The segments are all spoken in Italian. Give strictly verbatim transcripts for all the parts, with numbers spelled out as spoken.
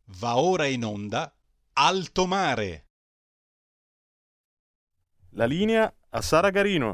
Va ora in onda Alto Mare. La linea a Sara Garino.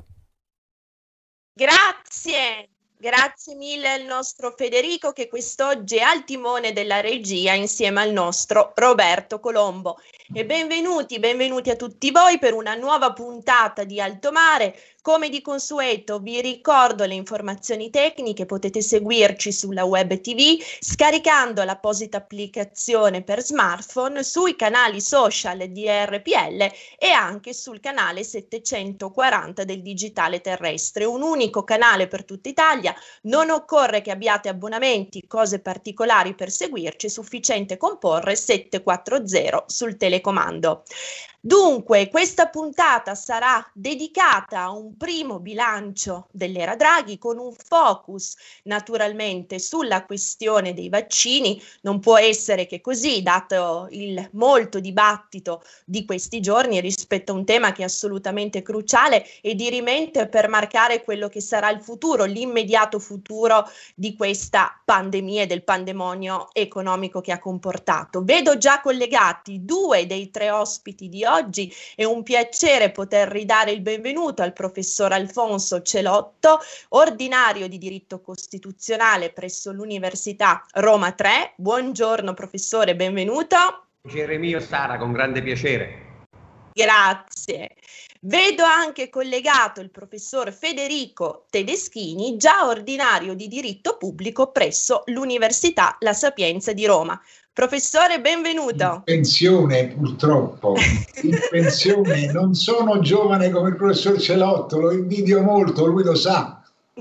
Grazie, grazie mille al nostro Federico che quest'oggi è al timone della regia insieme al nostro Roberto Colombo. E benvenuti, benvenuti a tutti voi per una nuova puntata di Alto Mare. Come di consueto vi ricordo le informazioni tecniche, potete seguirci sulla web tivù scaricando l'apposita applicazione per smartphone sui canali social di R P L e anche sul canale settecentoquaranta del digitale terrestre, un unico canale per tutta Italia, non occorre che abbiate abbonamenti, cose particolari per seguirci, è sufficiente comporre sette quattro zero sul telecomando. Dunque, questa puntata sarà dedicata a un primo bilancio dell'era Draghi con un focus naturalmente sulla questione dei vaccini. Non può essere che così, dato il molto dibattito di questi giorni rispetto a un tema che è assolutamente cruciale e dirimente per marcare quello che sarà il futuro, l'immediato futuro di questa pandemia e del pandemonio economico che ha comportato. Vedo già collegati due dei tre ospiti di oggi. Oggi è un piacere poter ridare il benvenuto al professor Alfonso Celotto, ordinario di diritto costituzionale presso l'Università Roma tre. Buongiorno professore, benvenuto. Piacere mio Sara, con grande piacere. Grazie. Vedo anche collegato il professor Federico Tedeschini, già ordinario di diritto pubblico presso l'Università La Sapienza di Roma. Professore, benvenuto. In pensione, purtroppo. In pensione, non sono giovane come il professor Celotto, lo invidio molto, lui lo sa.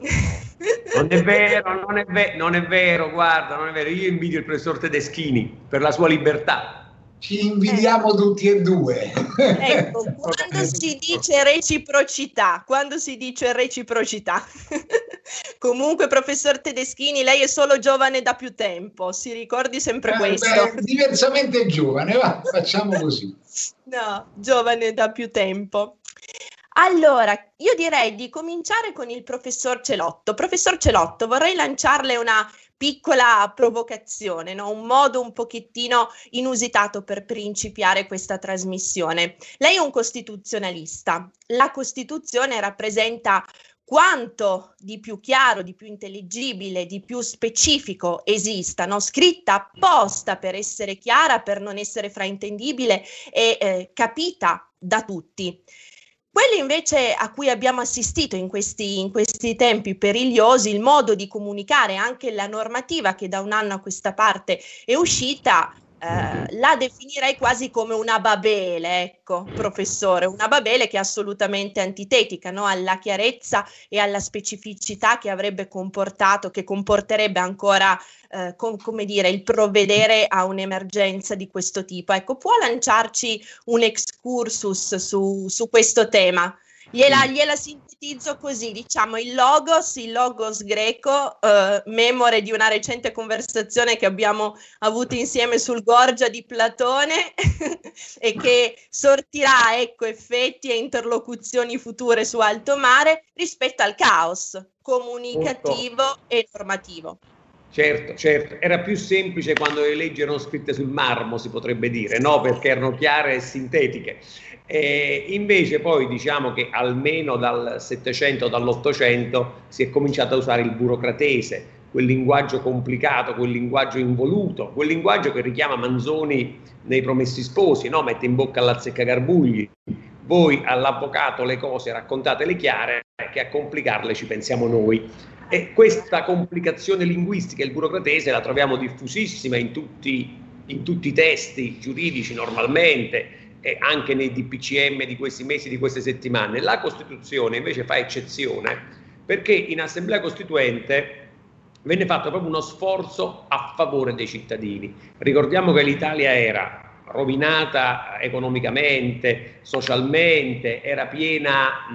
Non è vero, non è, ve- non è vero, guarda, non è vero. Io invidio il professor Tedeschini per la sua libertà. Ci invidiamo eh. tutti e due. Ecco, quando si dice reciprocità, quando si dice reciprocità. Comunque, professor Tedeschini, lei è solo giovane da più tempo, si ricordi sempre eh, questo. Beh, diversamente giovane, va, facciamo così. No, giovane da più tempo. Allora, io direi di cominciare con il professor Celotto. Professor Celotto, vorrei lanciarle una piccola provocazione, no? Un modo un pochettino inusitato per principiare questa trasmissione. Lei è un costituzionalista. La Costituzione rappresenta quanto di più chiaro, di più intelligibile, di più specifico esista, no? Scritta apposta per essere chiara, per non essere fraintendibile e eh, capita da tutti. Quello invece a cui abbiamo assistito in questi, in questi tempi perigliosi, il modo di comunicare, anche la normativa che da un anno a questa parte è uscita, eh, la definirei quasi come una babele, ecco, professore, una babele che è assolutamente antitetica, no? Alla chiarezza e alla specificità che avrebbe comportato, che comporterebbe ancora, eh, com- come dire, il provvedere a un'emergenza di questo tipo. Ecco, può lanciarci un excursus su, su questo tema? Gliela, gliela sintetizzo così, diciamo, il logos, il logos greco, eh, memore di una recente conversazione che abbiamo avuto insieme sul Gorgia di Platone e che sortirà, ecco, effetti e interlocuzioni future su alto mare rispetto al caos comunicativo Molto. e normativo. Certo, certo, era più semplice quando le leggi erano scritte sul marmo, si potrebbe dire, no? Perché erano chiare e sintetiche. E invece poi diciamo che almeno dal Settecento, dall'Ottocento si è cominciato a usare il burocratese, quel linguaggio complicato, quel linguaggio involuto, quel linguaggio che richiama Manzoni nei Promessi Sposi, no? Mette in bocca all'azzeccagarbugli. Voi all'avvocato le cose raccontatele chiare, che a complicarle ci pensiamo noi. E questa complicazione linguistica, il burocratese, la troviamo diffusissima in tutti, in tutti i testi giuridici normalmente, e anche nei D P C M di questi mesi, di queste settimane. La Costituzione invece fa eccezione perché in Assemblea Costituente venne fatto proprio uno sforzo a favore dei cittadini. Ricordiamo che l'Italia era rovinata economicamente, socialmente, era piena,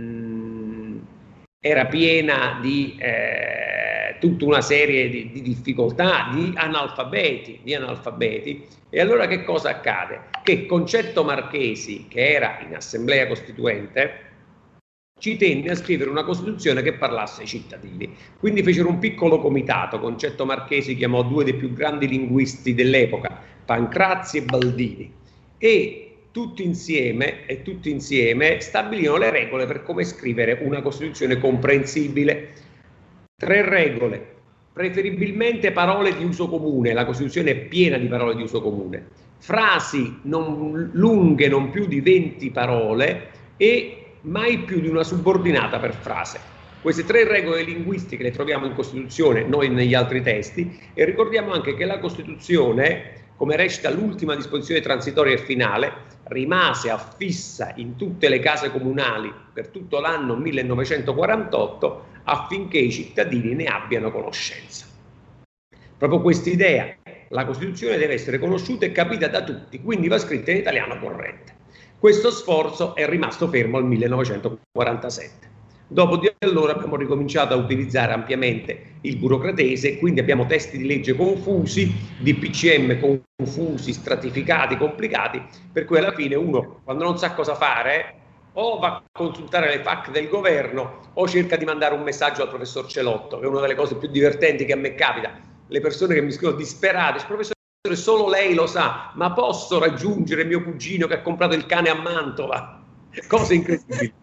mh, era piena di eh, tutta una serie di, di difficoltà, di analfabeti, di analfabeti. E allora che cosa accade? Che Concetto Marchesi, che era in Assemblea Costituente, ci tenne a scrivere una Costituzione che parlasse ai cittadini. Quindi fecero un piccolo comitato. Concetto Marchesi chiamò due dei più grandi linguisti dell'epoca, Pancrazzi e Baldini, e tutti insieme, e tutti insieme stabilirono le regole per come scrivere una Costituzione comprensibile. Tre regole: preferibilmente parole di uso comune, la Costituzione è piena di parole di uso comune, frasi non lunghe, non più di venti parole, e mai più di una subordinata per frase. Queste tre regole linguistiche le troviamo in Costituzione, noi negli altri testi, e ricordiamo anche che la Costituzione, come recita l'ultima disposizione transitoria e finale, rimase affissa in tutte le case comunali per tutto l'anno millenovecentoquarantotto affinché i cittadini ne abbiano conoscenza. Proprio quest'idea, la Costituzione deve essere conosciuta e capita da tutti, quindi va scritta in italiano corrente. Questo sforzo è rimasto fermo al millenovecentoquarantasette. Dopo di allora abbiamo ricominciato a utilizzare ampiamente il burocratese, quindi abbiamo testi di legge confusi, D P C M confusi, stratificati, complicati, per cui alla fine uno, quando non sa cosa fare, o va a consultare le F A Q del governo o cerca di mandare un messaggio al professor Celotto, che è una delle cose più divertenti che a me capita. Le persone che mi scrivono disperate: professore, solo lei lo sa, ma posso raggiungere mio cugino che ha comprato il cane a Mantova? Cose incredibili.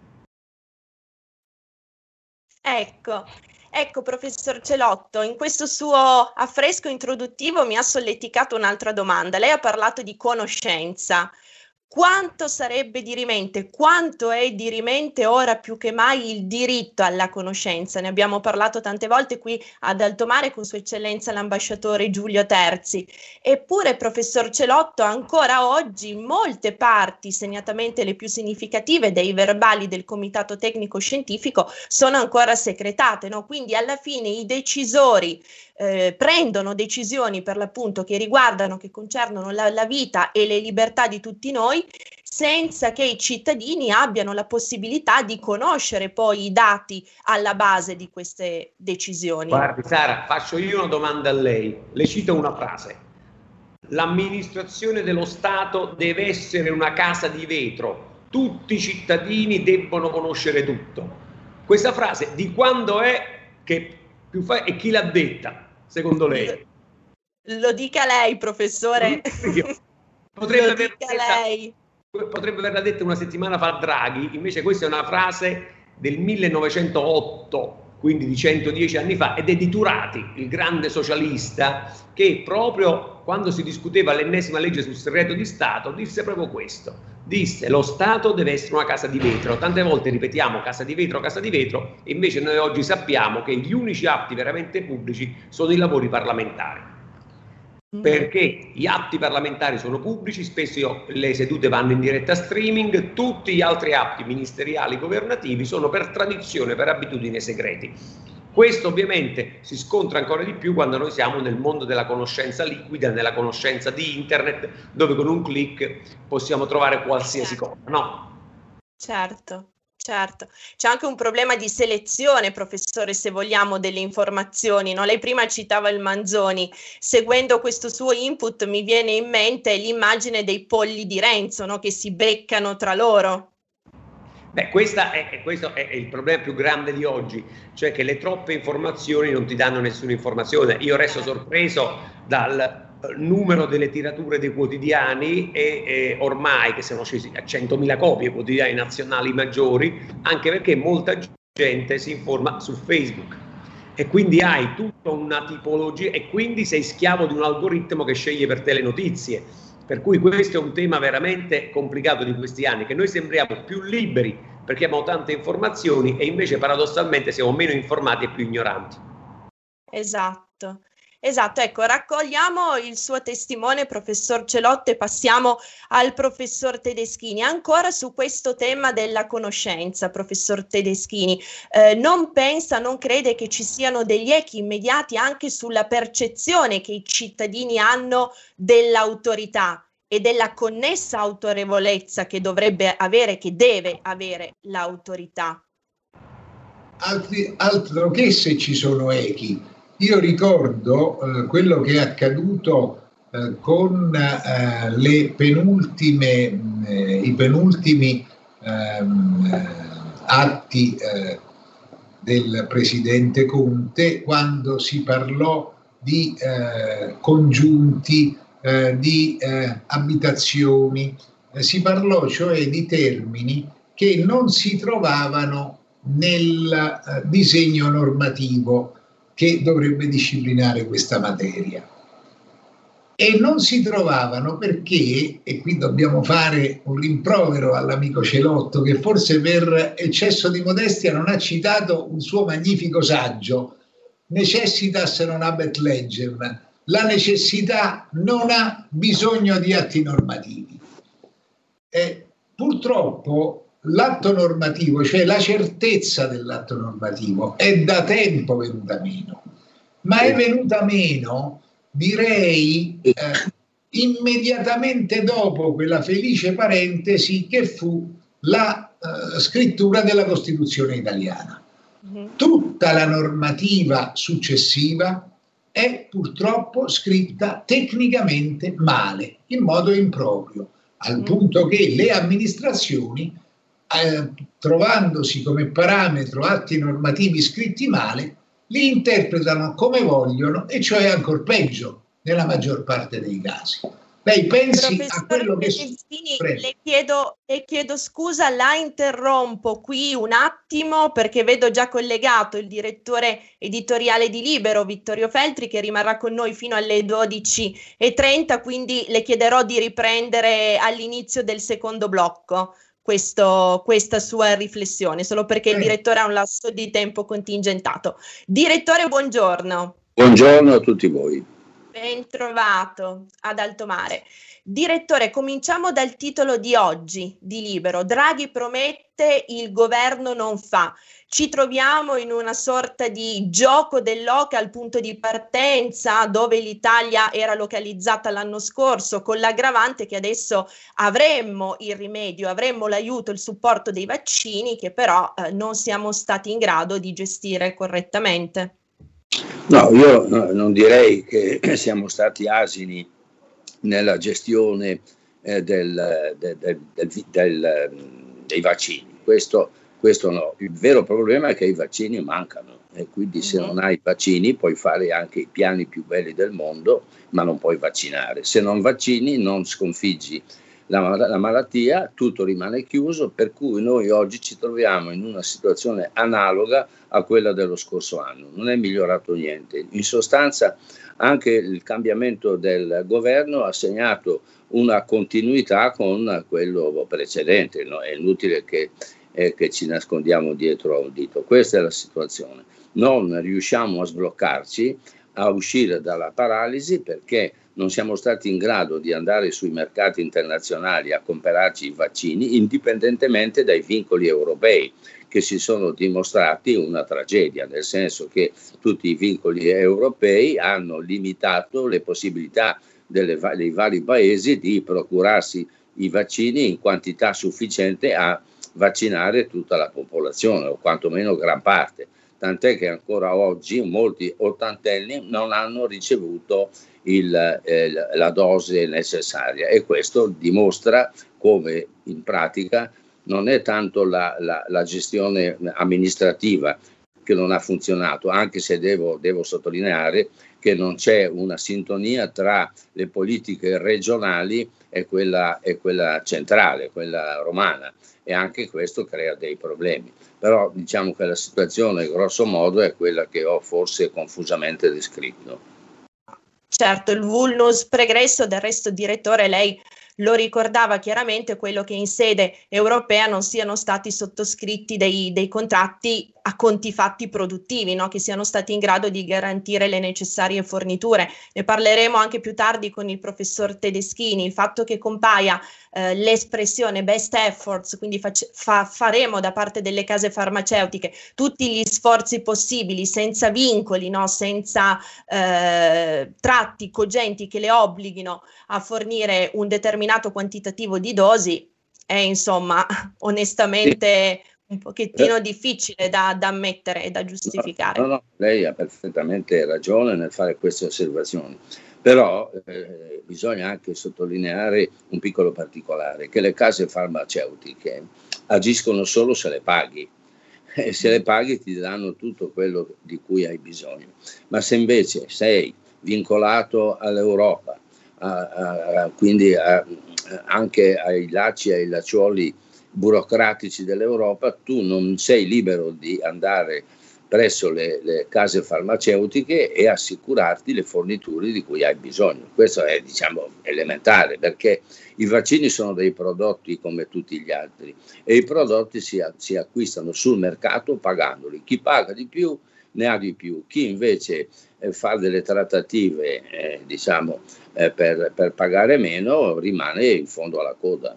Ecco, ecco professor Celotto, in questo suo affresco introduttivo mi ha solleticato un'altra domanda. Lei ha parlato di conoscenza. Quanto sarebbe dirimente, quanto è dirimente ora più che mai il diritto alla conoscenza? Ne abbiamo parlato tante volte qui ad Alto Mare con Sua Eccellenza l'ambasciatore Giulio Terzi. Eppure, professor Celotto, ancora oggi molte parti, segnatamente le più significative dei verbali del Comitato Tecnico Scientifico, sono ancora segretate, no? Quindi alla fine i decisori Eh, prendono decisioni per l'appunto che riguardano, che concernono la, la vita e le libertà di tutti noi, senza che i cittadini abbiano la possibilità di conoscere poi i dati alla base di queste decisioni. Guardi Sara, faccio io una domanda a lei, le cito una frase: l'amministrazione dello Stato deve essere una casa di vetro, tutti i cittadini debbono conoscere tutto. Questa frase di quando è che più fa e chi l'ha detta? Secondo lei? Lo dica lei, professore. Potrebbe Lo aver dica detta, lei. potrebbe averla detta una settimana fa Draghi, invece questa è una frase del millenovecentootto, quindi di centodieci anni fa, ed è di Turati, il grande socialista, che proprio quando si discuteva l'ennesima legge sul segreto di Stato disse proprio questo. Disse: lo Stato deve essere una casa di vetro. Tante volte ripetiamo casa di vetro, casa di vetro, e invece noi oggi sappiamo che gli unici atti veramente pubblici sono i lavori parlamentari. Perché gli atti parlamentari sono pubblici, spesso le sedute vanno in diretta streaming, tutti gli altri atti ministeriali governativi sono per tradizione, per abitudine segreti. Questo ovviamente si scontra ancora di più quando noi siamo nel mondo della conoscenza liquida, nella conoscenza di internet, dove con un click possiamo trovare qualsiasi certo. cosa, no? Certo, certo. C'è anche un problema di selezione, professore, se vogliamo, delle informazioni, no? Lei prima citava il Manzoni. Seguendo questo suo input mi viene in mente l'immagine dei polli di Renzo, no? Che si beccano tra loro. Beh, questa è, questo è il problema più grande di oggi, cioè che le troppe informazioni non ti danno nessuna informazione. Io resto sorpreso dal numero delle tirature dei quotidiani e, e ormai che siamo scesi a centomila copie quotidiani nazionali maggiori, anche perché molta gente si informa su Facebook e quindi hai tutta una tipologia e quindi sei schiavo di un algoritmo che sceglie per te le notizie. Per cui questo è un tema veramente complicato di questi anni, che noi sembriamo più liberi perché abbiamo tante informazioni e invece paradossalmente siamo meno informati e più ignoranti. Esatto, esatto. Ecco, raccogliamo il suo testimone, professor Celotto, e passiamo al professor Tedeschini. Ancora su questo tema della conoscenza, professor Tedeschini, eh, non pensa, non crede che ci siano degli echi immediati anche sulla percezione che i cittadini hanno dell'autorità e della connessa autorevolezza che dovrebbe avere, che deve avere l'autorità? Altri, altro che se ci sono echi. Io ricordo eh, quello che è accaduto eh, con eh, le penultime, eh, i penultimi ehm, atti eh, del presidente Conte, quando si parlò di eh, congiunti eh, di eh, abitazioni, eh, si parlò cioè di termini che non si trovavano nel eh, disegno normativo che dovrebbe disciplinare questa materia. E non si trovavano perché, e qui dobbiamo fare un rimprovero all'amico Celotto, che forse per eccesso di modestia non ha citato un suo magnifico saggio, Necessitas non habet legem, la necessità non ha bisogno di atti normativi. E purtroppo l'atto normativo, cioè la certezza dell'atto normativo, è da tempo venuta meno, ma è venuta meno, direi, eh, immediatamente dopo quella felice parentesi che fu la eh, scrittura della Costituzione italiana. Tutta la normativa successiva è purtroppo scritta tecnicamente male, in modo improprio, al punto che le amministrazioni, eh, trovandosi come parametro atti normativi scritti male, li interpretano come vogliono, e cioè ancor peggio nella maggior parte dei casi. Lei pensi Professor a quello che... Tedeschini, le chiedo, le chiedo scusa, la interrompo qui un attimo perché vedo già collegato il direttore editoriale di Libero, Vittorio Feltri, che rimarrà con noi fino alle dodici e trenta, quindi le chiederò di riprendere all'inizio del secondo blocco questo, questa sua riflessione, solo perché il direttore ha un lasso di tempo contingentato. Direttore, buongiorno. Buongiorno a tutti voi. Ben trovato ad Alto Mare. Direttore, cominciamo dal titolo di oggi di Libero. Draghi promette, il governo non fa. Ci troviamo in una sorta di gioco dell'oca al punto di partenza, dove l'Italia era localizzata l'anno scorso, con l'aggravante che adesso avremmo il rimedio, avremmo l'aiuto, il supporto dei vaccini, che però eh, non siamo stati in grado di gestire correttamente. No, io no, non direi che siamo stati asini nella gestione eh, del, del, del, del, del, dei vaccini. Questo, questo no. Il vero problema è che i vaccini mancano, e quindi se non hai vaccini puoi fare anche i piani più belli del mondo, ma non puoi vaccinare. Se non vaccini non sconfiggi la, la malattia, tutto rimane chiuso, per cui noi oggi ci troviamo in una situazione analoga a quella dello scorso anno. Non è migliorato niente. In sostanza anche il cambiamento del governo ha segnato una continuità con quello precedente, no? È inutile che, eh, che ci nascondiamo dietro a un dito. Questa è la situazione. Non riusciamo a sbloccarci, a uscire dalla paralisi, perché non siamo stati in grado di andare sui mercati internazionali a comprarci i vaccini, indipendentemente dai vincoli europei, che si sono dimostrati una tragedia, nel senso che tutti i vincoli europei hanno limitato le possibilità delle, dei vari paesi di procurarsi i vaccini in quantità sufficiente a vaccinare tutta la popolazione, o quantomeno gran parte. Tant'è che ancora oggi molti ottantenni non hanno ricevuto il, eh, la dose necessaria, e questo dimostra come in pratica non è tanto la, la, la gestione amministrativa che non ha funzionato, anche se devo, devo sottolineare che non c'è una sintonia tra le politiche regionali e quella, e quella centrale, quella romana, e anche questo crea dei problemi. Però diciamo che la situazione grosso modo è quella che ho forse confusamente descritto. Certo, il vulnus pregresso, del resto direttore lei lo ricordava chiaramente, quello che in sede europea non siano stati sottoscritti dei, dei contratti a conti fatti produttivi, no? Che siano stati in grado di garantire le necessarie forniture. Ne parleremo anche più tardi con il professor Tedeschini. Il fatto che compaia eh, l'espressione best efforts, quindi face, fa, faremo da parte delle case farmaceutiche tutti gli sforzi possibili, senza vincoli, no? Senza eh, tratti cogenti che le obblighino a fornire un determinato quantitativo di dosi, è insomma onestamente un pochettino difficile da, da ammettere e da giustificare. No, no, lei ha perfettamente ragione nel fare queste osservazioni, però eh, bisogna anche sottolineare un piccolo particolare, che le case farmaceutiche agiscono solo se le paghi, e se le paghi ti danno tutto quello di cui hai bisogno, ma se invece sei vincolato all'Europa a, a, quindi a, anche ai lacci e ai lacciuoli burocratici dell'Europa, tu non sei libero di andare presso le, le case farmaceutiche e assicurarti le forniture di cui hai bisogno. Questo è, diciamo, elementare, perché i vaccini sono dei prodotti come tutti gli altri e i prodotti si, si acquistano sul mercato pagandoli. Chi paga di più ne ha di più, chi invece eh, fa delle trattative eh, diciamo eh, per, per pagare meno rimane in fondo alla coda.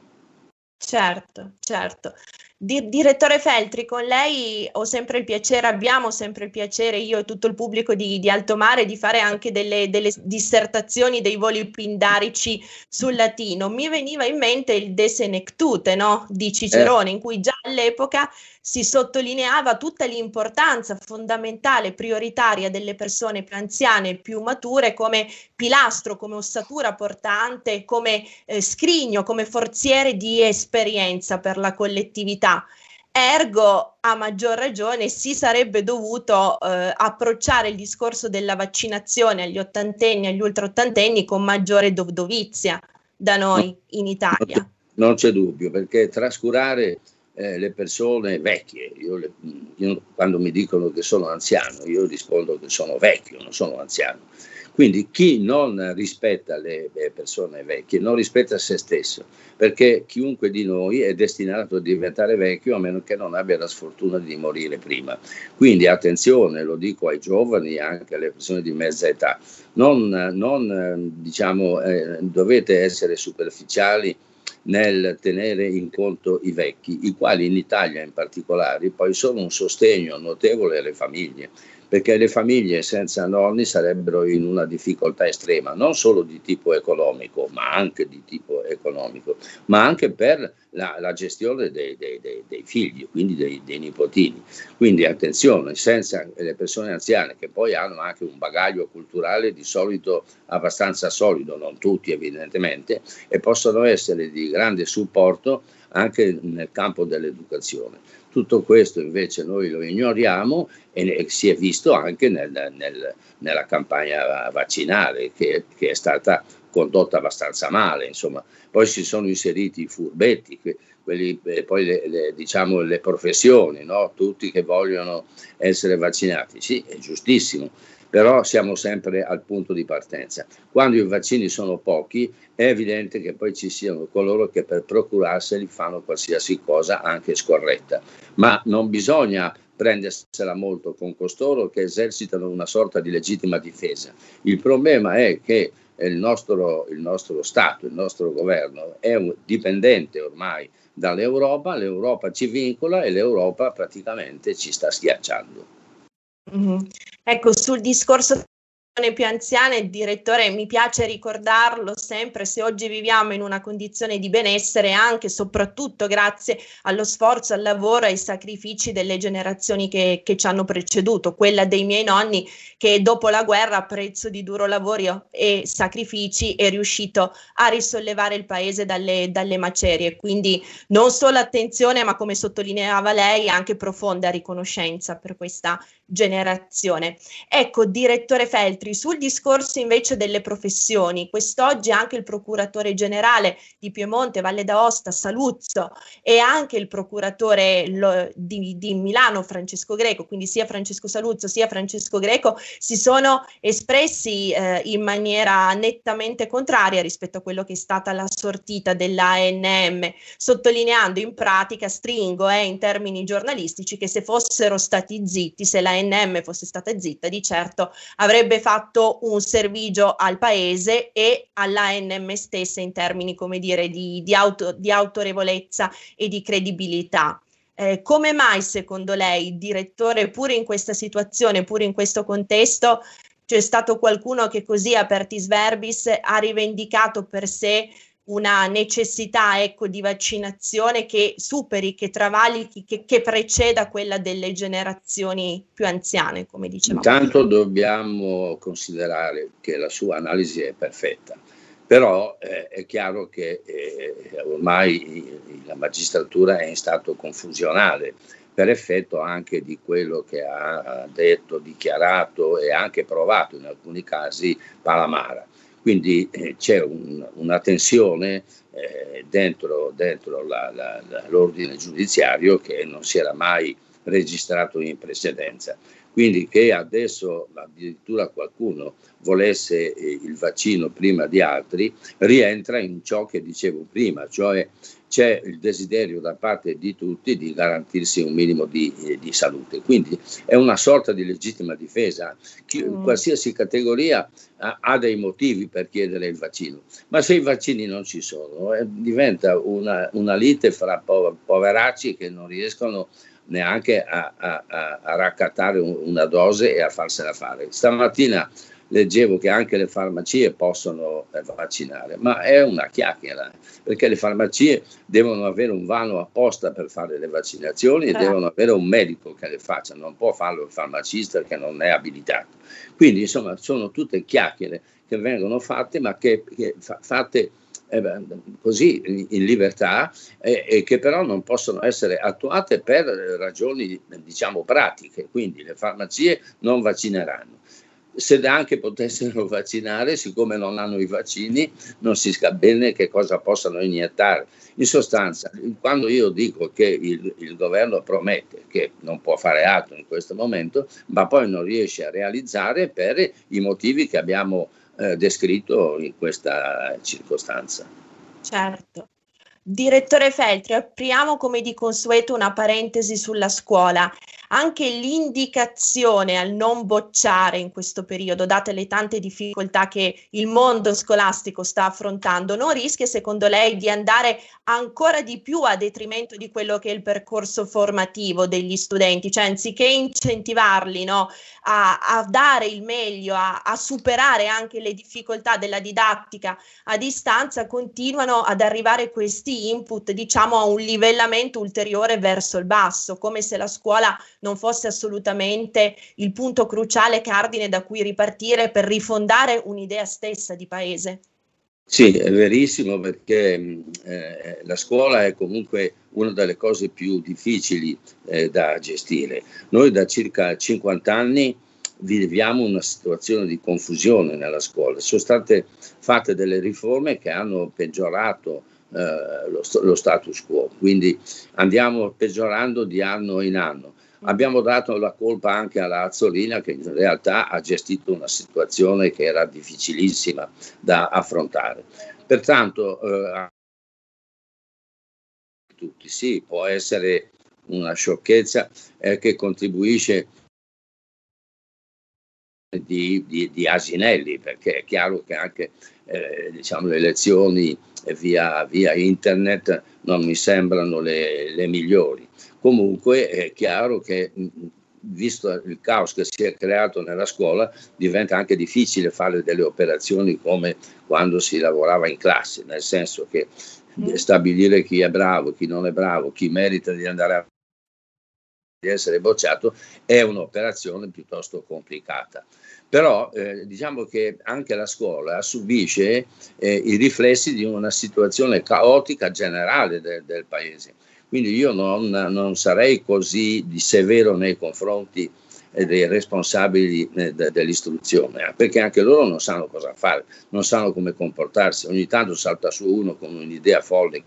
Certo, certo. Di- direttore Feltri, con lei ho sempre il piacere, abbiamo sempre il piacere, io e tutto il pubblico di, di Alto Mare, di fare anche delle, delle dissertazioni, dei voli pindarici sul latino. Mi veniva in mente il De Senectute, no? Di Cicerone, eh. in cui già all'epoca si sottolineava tutta l'importanza fondamentale, prioritaria delle persone più anziane, più mature, come pilastro, come ossatura portante, come eh, scrigno, come forziere di esperienza per la collettività. Ergo, a maggior ragione, si sarebbe dovuto eh, approcciare il discorso della vaccinazione agli ottantenni, agli ultraottantenni con maggiore dov- dovizia da noi no, in Italia. Non c'è dubbio, perché trascurare eh, le persone vecchie, io, le, io quando mi dicono che sono anziano, io rispondo che sono vecchio, non sono anziano. Quindi chi non rispetta le persone vecchie non rispetta se stesso, perché chiunque di noi è destinato a diventare vecchio a meno che non abbia la sfortuna di morire prima. Quindi attenzione, lo dico ai giovani e anche alle persone di mezza età, non, non diciamo, eh, dovete essere superficiali nel tenere in conto i vecchi, i quali in Italia in particolare poi sono un sostegno notevole alle famiglie, perché le famiglie senza nonni sarebbero in una difficoltà estrema, non solo di tipo economico, ma anche di tipo economico, ma anche per la, la gestione dei, dei, dei, dei figli, quindi dei, dei nipotini. Quindi attenzione, senza le persone anziane, che poi hanno anche un bagaglio culturale di solito abbastanza solido, non tutti evidentemente, e possono essere di grande supporto anche nel campo dell'educazione. Tutto questo invece noi lo ignoriamo e si è visto anche nel, nel, nella campagna vaccinale che, che è stata condotta abbastanza male, insomma. Poi si sono inseriti i furbetti, que, quelli, eh, poi le, le, diciamo le professioni, no? Tutti che vogliono essere vaccinati, sì, è giustissimo, però siamo sempre al punto di partenza. Quando i vaccini sono pochi è evidente che poi ci siano coloro che per procurarseli fanno qualsiasi cosa anche scorretta, ma non bisogna prendersela molto con costoro che esercitano una sorta di legittima difesa. Il problema è che il nostro, il nostro Stato, il nostro governo è un, dipendente ormai dall'Europa, l'Europa ci vincola e l'Europa praticamente ci sta schiacciando. Mm-hmm. Ecco, sul discorso più anziane, direttore, mi piace ricordarlo sempre, se oggi viviamo in una condizione di benessere anche e soprattutto grazie allo sforzo, al lavoro e ai sacrifici delle generazioni che, che ci hanno preceduto, quella dei miei nonni che dopo la guerra a prezzo di duro lavoro e sacrifici è riuscito a risollevare il paese dalle, dalle macerie, quindi non solo attenzione ma come sottolineava lei anche profonda riconoscenza per questa generazione. Ecco, direttore Feltri, sul discorso invece delle professioni, quest'oggi anche il procuratore generale di Piemonte, Valle d'Aosta, Saluzzo e anche il procuratore lo, di, di Milano, Francesco Greco, quindi sia Francesco Saluzzo sia Francesco Greco, si sono espressi eh, in maniera nettamente contraria rispetto a quello che è stata la sortita dell'A N M, sottolineando in pratica, stringo eh, in termini giornalistici, che se fossero stati zitti, se l'A N M fosse stata zitta, di certo avrebbe fatto un servigio al paese e all'A N M stessa in termini, come dire, di, di, auto, di autorevolezza e di credibilità. Eh, come mai secondo lei, direttore, pure in questa situazione, pure in questo contesto, c'è stato qualcuno che così apertis verbis ha rivendicato per sé una necessità, ecco, di vaccinazione che superi, che travalichi, che, che preceda quella delle generazioni più anziane, come dicevamo? Intanto dobbiamo considerare che la sua analisi è perfetta, però eh, è chiaro che eh, ormai la magistratura è in stato confusionale per effetto anche di quello che ha detto, dichiarato e anche provato in alcuni casi Palamara. Quindi eh, c'è un, una tensione eh, dentro, dentro la, la, la, l'ordine giudiziario che non si era mai registrato in precedenza. Quindi che adesso addirittura qualcuno volesse eh, il vaccino prima di altri rientra in ciò che dicevo prima, cioè c'è il desiderio da parte di tutti di garantirsi un minimo di, eh, di salute. Quindi è una sorta di legittima difesa. Chi, mm. Qualsiasi categoria ha, ha dei motivi per chiedere il vaccino, ma se i vaccini non ci sono eh, diventa una, una lite fra po- poveracci che non riescono neanche a, a, a raccattare un, una dose e a farsela fare. Stamattina leggevo che anche le farmacie possono eh, vaccinare, ma è una chiacchiera, perché le farmacie devono avere un vano apposta per fare le vaccinazioni e eh. devono avere un medico che le faccia, non può farlo il farmacista che non è abilitato. Quindi insomma sono tutte chiacchiere che vengono fatte, ma che, che fa, fatte Eh, così in, in libertà eh, e che però non possono essere attuate per ragioni diciamo pratiche. Quindi le farmacie non vaccineranno. Se anche potessero vaccinare, siccome non hanno i vaccini non si sa bene che cosa possano iniettare. In sostanza, quando io dico che il, il governo promette, che non può fare altro in questo momento, ma poi non riesce a realizzare per i motivi che abbiamo Eh, descritto in questa circostanza. Certo. Direttore Feltri, apriamo come di consueto una parentesi sulla scuola. Anche l'indicazione al non bocciare in questo periodo, date le tante difficoltà che il mondo scolastico sta affrontando, non rischia secondo lei di andare ancora di più a detrimento di quello che è il percorso formativo degli studenti? Cioè anziché incentivarli, no, a, a dare il meglio, a, a superare anche le difficoltà della didattica a distanza, continuano ad arrivare questi input, diciamo, a un livellamento ulteriore verso il basso, come se la scuola non fosse assolutamente il punto cruciale cardine da cui ripartire per rifondare un'idea stessa di paese. Sì, è verissimo, perché eh, la scuola è comunque una delle cose più difficili eh, da gestire. Noi da circa cinquanta anni viviamo una situazione di confusione nella scuola. Sono state fatte delle riforme che hanno peggiorato eh, lo, lo status quo, quindi andiamo peggiorando di anno in anno. Abbiamo dato la colpa anche alla Azzolina, che in realtà ha gestito una situazione che era difficilissima da affrontare. Pertanto eh, tutti sì, può essere una sciocchezza eh, che contribuisce Di, di, di asinelli, perché è chiaro che anche eh, diciamo, le lezioni via, via internet non mi sembrano le, le migliori. Comunque è chiaro che, visto il caos che si è creato nella scuola, diventa anche difficile fare delle operazioni come quando si lavorava in classe, nel senso che mm. stabilire chi è bravo, chi non è bravo, chi merita di andare a di essere bocciato è un'operazione piuttosto complicata. Però eh, diciamo che anche la scuola subisce eh, i riflessi di una situazione caotica generale de- del paese. Quindi io non, non sarei così di severo nei confronti eh, dei responsabili eh, de- dell'istruzione, perché anche loro non sanno cosa fare, non sanno come comportarsi. Ogni tanto salta su uno con un'idea folle.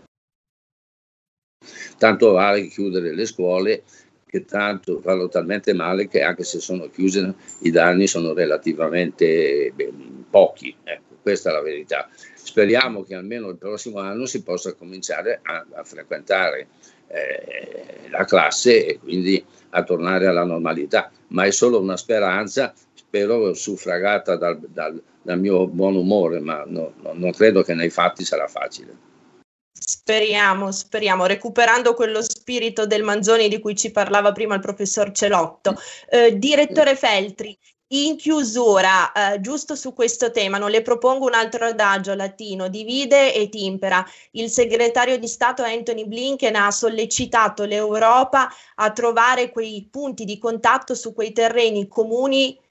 Tanto vale chiudere le scuole, che tanto vanno talmente male che anche se sono chiuse i danni sono relativamente beh, pochi. Ecco, questa è la verità. Speriamo che almeno il prossimo anno si possa cominciare a, a frequentare eh, la classe e quindi a tornare alla normalità, ma è solo una speranza, spero suffragata dal, dal, dal mio buon umore, ma no, no, non credo che nei fatti sarà facile. Speriamo, speriamo, recuperando quello spirito del Manzoni di cui ci parlava prima il professor Celotto. Eh, direttore Feltri, in chiusura, eh, giusto su questo tema, non le propongo un altro adagio latino, divide e timpera. Il segretario di Stato Anthony Blinken ha sollecitato l'Europa a trovare quei punti di contatto su quei terreni comuni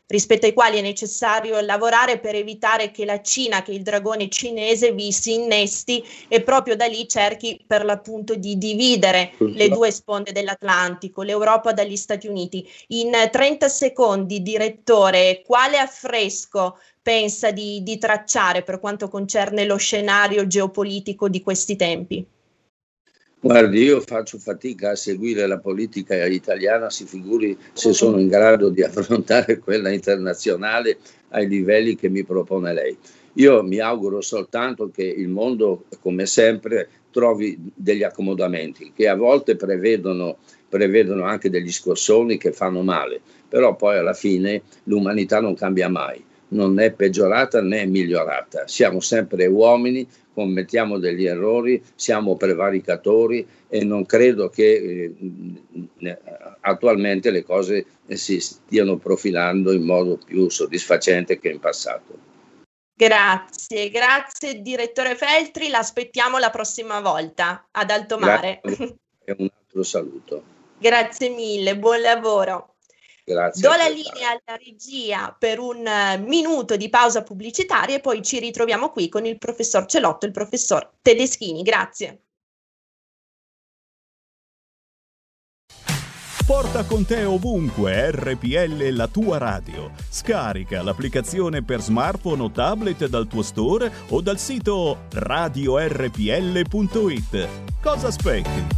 rispetto ai quali è necessario lavorare per evitare che la Cina, che il dragone cinese, vi si innesti e proprio da lì cerchi per l'appunto di dividere le due sponde dell'Atlantico, l'Europa dagli Stati Uniti. In trenta secondi, direttore, quale affresco pensa di, di tracciare per quanto concerne lo scenario geopolitico di questi tempi? Guardi, io faccio fatica a seguire la politica italiana, si figuri se sono in grado di affrontare quella internazionale ai livelli che mi propone lei. Io mi auguro soltanto che il mondo, come sempre, trovi degli accomodamenti che a volte prevedono, prevedono anche degli scossoni che fanno male, però poi alla fine l'umanità non cambia mai, non è peggiorata né è migliorata, siamo sempre uomini, commettiamo degli errori, siamo prevaricatori e non credo che eh, attualmente le cose si stiano profilando in modo più soddisfacente che in passato. Grazie, grazie direttore Feltri, l'aspettiamo la prossima volta ad alto mare. Grazie e un altro saluto. Grazie mille, buon lavoro. Grazie. Do la linea alla regia per un minuto di pausa pubblicitaria e poi ci ritroviamo qui con il professor Celotto e il professor Tedeschini. Grazie. Porta con te ovunque R P L, la tua radio. Scarica l'applicazione per smartphone o tablet dal tuo store o dal sito radio r p l punto i t. Cosa aspetti?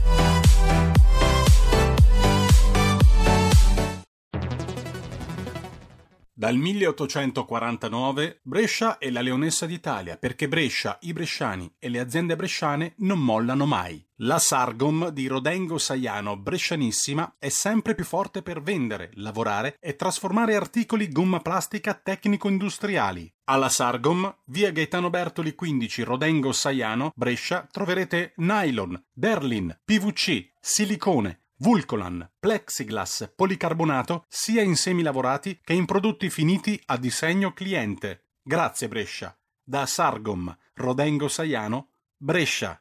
Dal milleottocentoquarantanove Brescia è la leonessa d'Italia perché Brescia, i bresciani e le aziende bresciane non mollano mai. La Sargom di Rodengo Saiano Brescianissima è sempre più forte per vendere, lavorare e trasformare articoli gomma plastica tecnico-industriali. Alla Sargom, via Gaetano Bertoli quindici Rodengo Saiano, Brescia, troverete nylon, derlin, P V C, silicone, Vulcolan, plexiglass, policarbonato sia in semi lavorati che in prodotti finiti a disegno cliente. Grazie Brescia. Da Sargom, Rodengo Saiano, Brescia.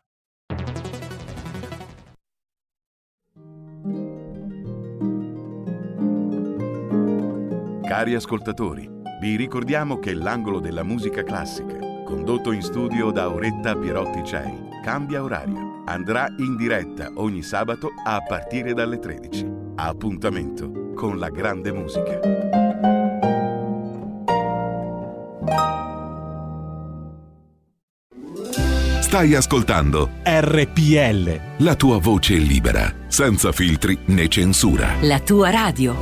Cari ascoltatori, vi ricordiamo che l'angolo della musica classica, condotto in studio da Auretta Pierotti Cei, cambia orario. Andrà in diretta ogni sabato a partire dalle tredici. Appuntamento con la grande musica. Stai ascoltando R P L, la tua voce libera, senza filtri né censura. La tua radio.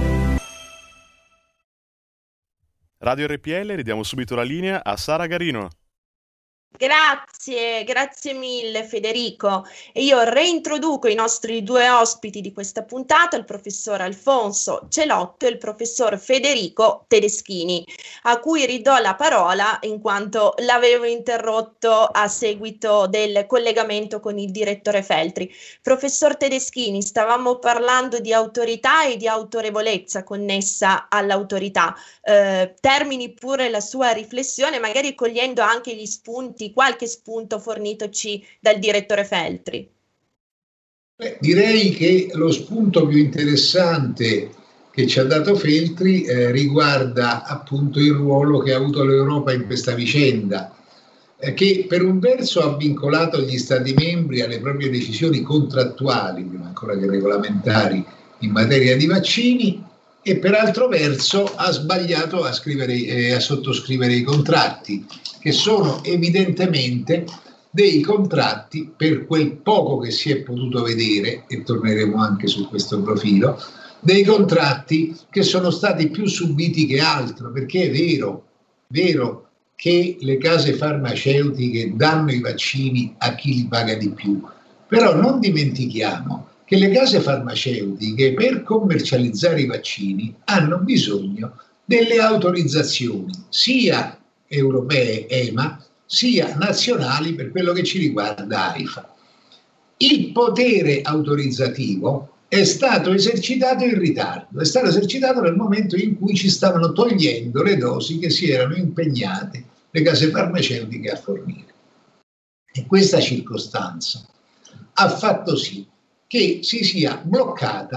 Radio R P L, ridiamo subito la linea a Sara Garino. Grazie, grazie mille Federico. E io reintroduco i nostri due ospiti di questa puntata, il professor Alfonso Celotto e il professor Federico Tedeschini, a cui ridò la parola in quanto l'avevo interrotto a seguito del collegamento con il direttore Feltri. Professor Tedeschini, stavamo parlando di autorità e di autorevolezza connessa all'autorità. Eh, termini pure la sua riflessione, magari cogliendo anche gli spunti, qualche spunto fornitoci dal direttore Feltri. Beh, direi che lo spunto più interessante che ci ha dato Feltri eh, riguarda appunto il ruolo che ha avuto l'Europa in questa vicenda, eh, che per un verso ha vincolato gli Stati membri alle proprie decisioni contrattuali, prima ancora che regolamentari, in materia di vaccini, e per altro verso ha sbagliato a, scrivere, eh, a sottoscrivere i contratti, che sono evidentemente dei contratti, per quel poco che si è potuto vedere, e torneremo anche su questo profilo, dei contratti che sono stati più subiti che altro, perché è vero, vero che le case farmaceutiche danno i vaccini a chi li paga di più, però non dimentichiamo che le case farmaceutiche per commercializzare i vaccini hanno bisogno delle autorizzazioni sia europee E M A sia nazionali per quello che ci riguarda AIFA. Il potere autorizzativo è stato esercitato in ritardo, è stato esercitato nel momento in cui ci stavano togliendo le dosi che si erano impegnate le case farmaceutiche a fornire. E questa circostanza ha fatto sì che si sia bloccata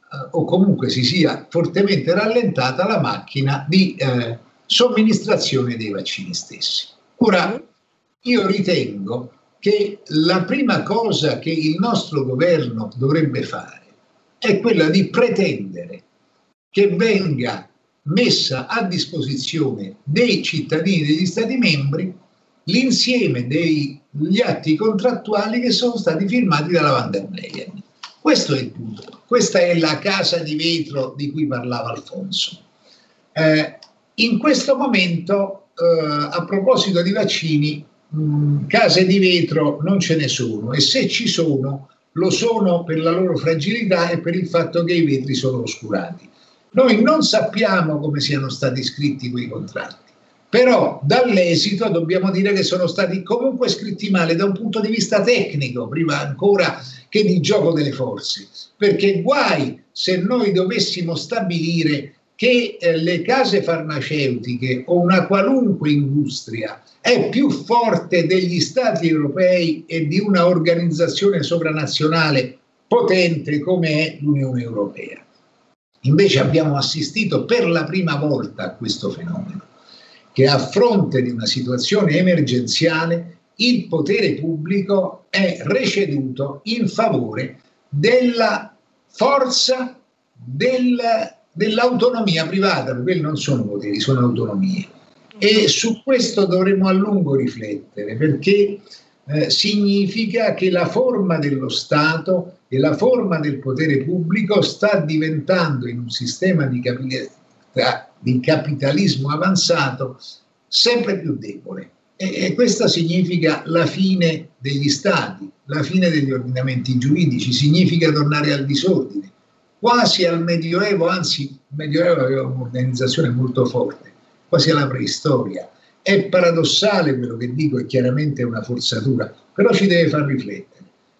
o comunque si sia fortemente rallentata la macchina di eh, somministrazione dei vaccini stessi. Ora, io ritengo che la prima cosa che il nostro governo dovrebbe fare è quella di pretendere che venga messa a disposizione dei cittadini degli Stati membri l'insieme degli atti contrattuali che sono stati firmati dalla Van der Leyen. Questo è il punto, questa è la casa di vetro di cui parlava Alfonso. Eh, in questo momento, eh, a proposito di vaccini, mh, case di vetro non ce ne sono, e se ci sono, lo sono per la loro fragilità e per il fatto che i vetri sono oscurati. Noi non sappiamo come siano stati scritti quei contratti, però dall'esito dobbiamo dire che sono stati comunque scritti male da un punto di vista tecnico, prima ancora che di gioco delle forze, perché guai se noi dovessimo stabilire che eh, le case farmaceutiche o una qualunque industria è più forte degli stati europei e di una organizzazione sovranazionale potente come è l'Unione Europea. Invece abbiamo assistito per la prima volta a questo fenomeno, che a fronte di una situazione emergenziale il potere pubblico è receduto in favore della forza del, dell'autonomia privata, perché quelli non sono poteri, sono autonomie. E su questo dovremo a lungo riflettere, perché eh, significa che la forma dello Stato e la forma del potere pubblico sta diventando, in un sistema di, capi- di capitalismo avanzato, sempre più debole. E, e questo significa la fine degli stati, la fine degli ordinamenti giuridici, significa tornare al disordine, quasi al Medioevo, anzi il Medioevo aveva un'organizzazione molto forte, quasi alla preistoria. È paradossale quello che dico, è chiaramente una forzatura, però ci deve far riflettere.